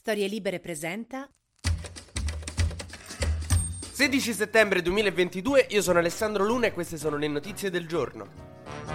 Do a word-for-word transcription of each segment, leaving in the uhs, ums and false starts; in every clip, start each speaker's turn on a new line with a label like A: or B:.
A: Storie Libere presenta
B: sedici settembre duemilaventidue, io sono Alessandro Luna e queste sono le notizie del giorno.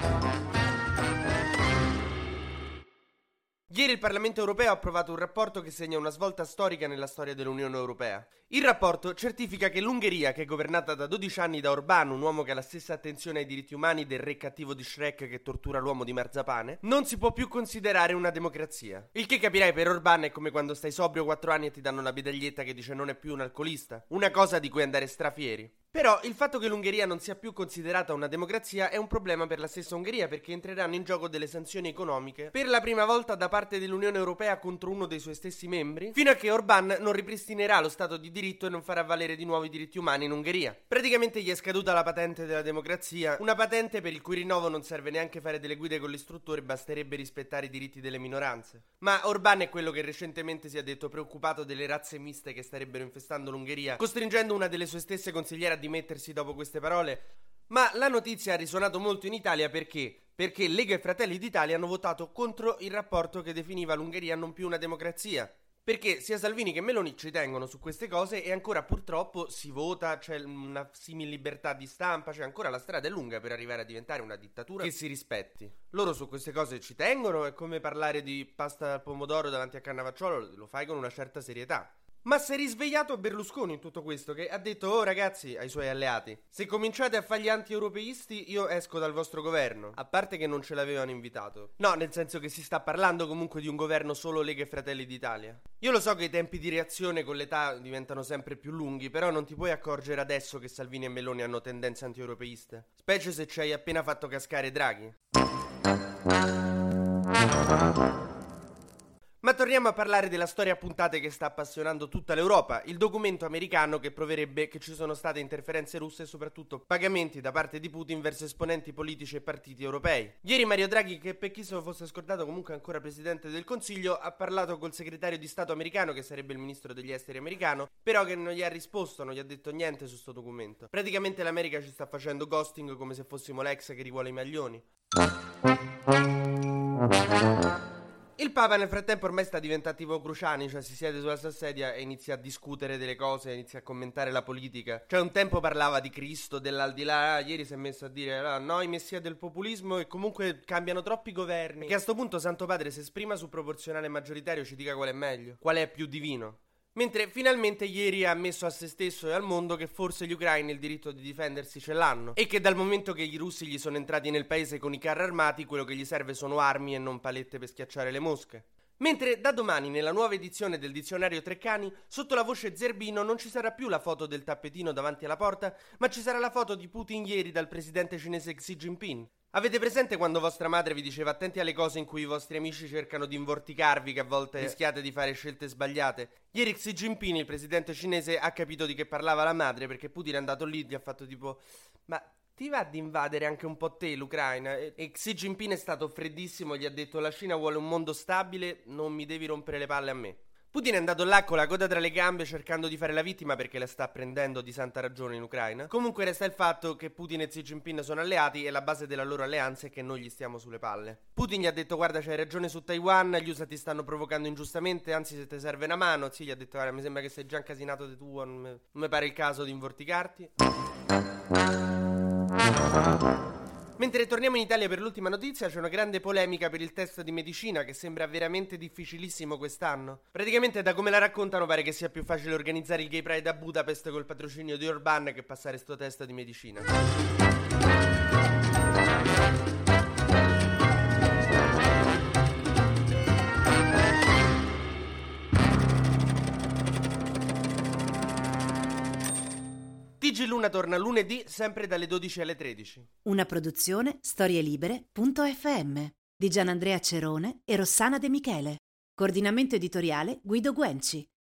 B: Ieri il Parlamento europeo ha approvato un rapporto che segna una svolta storica nella storia dell'Unione Europea. Il rapporto certifica che l'Ungheria, che è governata da dodici anni da Orbán, un uomo che ha la stessa attenzione ai diritti umani del re cattivo di Shrek che tortura l'uomo di Marzapane, non si può più considerare una democrazia. Il che capirai per Orbán è come quando stai sobrio quattro anni e ti danno una medaglietta che dice non è più un alcolista. Una cosa di cui andare strafieri. Però il fatto che l'Ungheria non sia più considerata una democrazia è un problema per la stessa Ungheria, perché entreranno in gioco delle sanzioni economiche per la prima volta da parte dell'Unione Europea contro uno dei suoi stessi membri, fino a che Orbán non ripristinerà lo Stato di diritto e non farà valere di nuovo i diritti umani in Ungheria. Praticamente gli è scaduta la patente della democrazia, una patente per il cui rinnovo non serve neanche fare delle guide con l'istruttore, basterebbe rispettare i diritti delle minoranze. Ma Orbán è quello che recentemente si è detto preoccupato delle razze miste che starebbero infestando l'Ungheria, costringendo una delle sue stesse consigliere a dimettersi dopo queste parole. Ma la notizia ha risuonato molto in Italia perché? Perché Lega e Fratelli d'Italia hanno votato contro il rapporto che definiva l'Ungheria non più una democrazia. Perché sia Salvini che Meloni ci tengono su queste cose e ancora purtroppo si vota, c'è una simile libertà di stampa, c'è ancora la strada è lunga per arrivare a diventare una dittatura che si rispetti. Loro su queste cose ci tengono, è come parlare di pasta al pomodoro davanti a Cannavacciuolo, lo fai con una certa serietà. Ma si è risvegliato Berlusconi in tutto questo, che ha detto: oh ragazzi, ai suoi alleati, se cominciate a fare gli anti-europeisti io esco dal vostro governo. A parte che non ce l'avevano invitato. No, nel senso che si sta parlando comunque di un governo solo Lega e Fratelli d'Italia. Io lo so che i tempi di reazione con l'età diventano sempre più lunghi, però non ti puoi accorgere adesso che Salvini e Meloni hanno tendenze anti-europeiste, specie se ci hai appena fatto cascare Draghi. Ma torniamo a parlare della storia a puntate che sta appassionando tutta l'Europa, il documento americano che proverebbe che ci sono state interferenze russe e soprattutto pagamenti da parte di Putin verso esponenti politici e partiti europei. Ieri Mario Draghi, che per chi se lo fosse scordato comunque ancora presidente del Consiglio, ha parlato col segretario di Stato americano, che sarebbe il ministro degli esteri americano, però che non gli ha risposto, non gli ha detto niente su sto documento. Praticamente l'America ci sta facendo ghosting come se fossimo l'ex che rivuole i maglioni. Il Papa nel frattempo ormai sta diventando tipo Cruciani, cioè si siede sulla sua sedia e inizia a discutere delle cose, inizia a commentare la politica. Cioè un tempo parlava di Cristo, dell'aldilà, ah, ieri si è messo a dire ah, no, i messia del populismo e comunque cambiano troppi governi. Che a sto punto Santo Padre si esprima su proporzionale maggioritario, ci dica qual è meglio, qual è più divino. Mentre finalmente ieri ha ammesso a se stesso e al mondo che forse gli ucraini il diritto di difendersi ce l'hanno e che dal momento che i russi gli sono entrati nel paese con i carri armati, quello che gli serve sono armi e non palette per schiacciare le mosche. Mentre da domani nella nuova edizione del dizionario Treccani, sotto la voce Zerbino non ci sarà più la foto del tappetino davanti alla porta, ma ci sarà la foto di Putin ieri dal presidente cinese Xi Jinping. Avete presente quando vostra madre vi diceva attenti alle cose in cui i vostri amici cercano di invorticarvi, che a volte rischiate di fare scelte sbagliate? Ieri Xi Jinping, il presidente cinese, ha capito di che parlava la madre, perché Putin è andato lì e gli ha fatto tipo ma ti va di invadere anche un po' te l'Ucraina? E Xi Jinping è stato freddissimo, gli ha detto la Cina vuole un mondo stabile, non mi devi rompere le palle a me. Putin è andato là con la coda tra le gambe cercando di fare la vittima perché la sta prendendo di santa ragione in Ucraina. Comunque resta il fatto che Putin e Xi Jinping sono alleati e la base della loro alleanza è che noi gli stiamo sulle palle. Putin gli ha detto guarda c'hai ragione su Taiwan, gli U S A ti stanno provocando ingiustamente, anzi se ti serve una mano. Xi gli ha detto guarda mi sembra che sei già incasinato di tuo, non mi pare il caso di invorticarti. Mentre torniamo in Italia per l'ultima notizia, c'è una grande polemica per il test di medicina che sembra veramente difficilissimo quest'anno. Praticamente da come la raccontano pare che sia più facile organizzare il Gay Pride a Budapest col patrocinio di Orbán che passare sto test di medicina. T G Luna torna lunedì, sempre dalle dodici alle tredici.
A: Una produzione storielibere punto effe emme di Gianandrea Cerone e Rossana De Michele. Coordinamento editoriale Guido Guenci.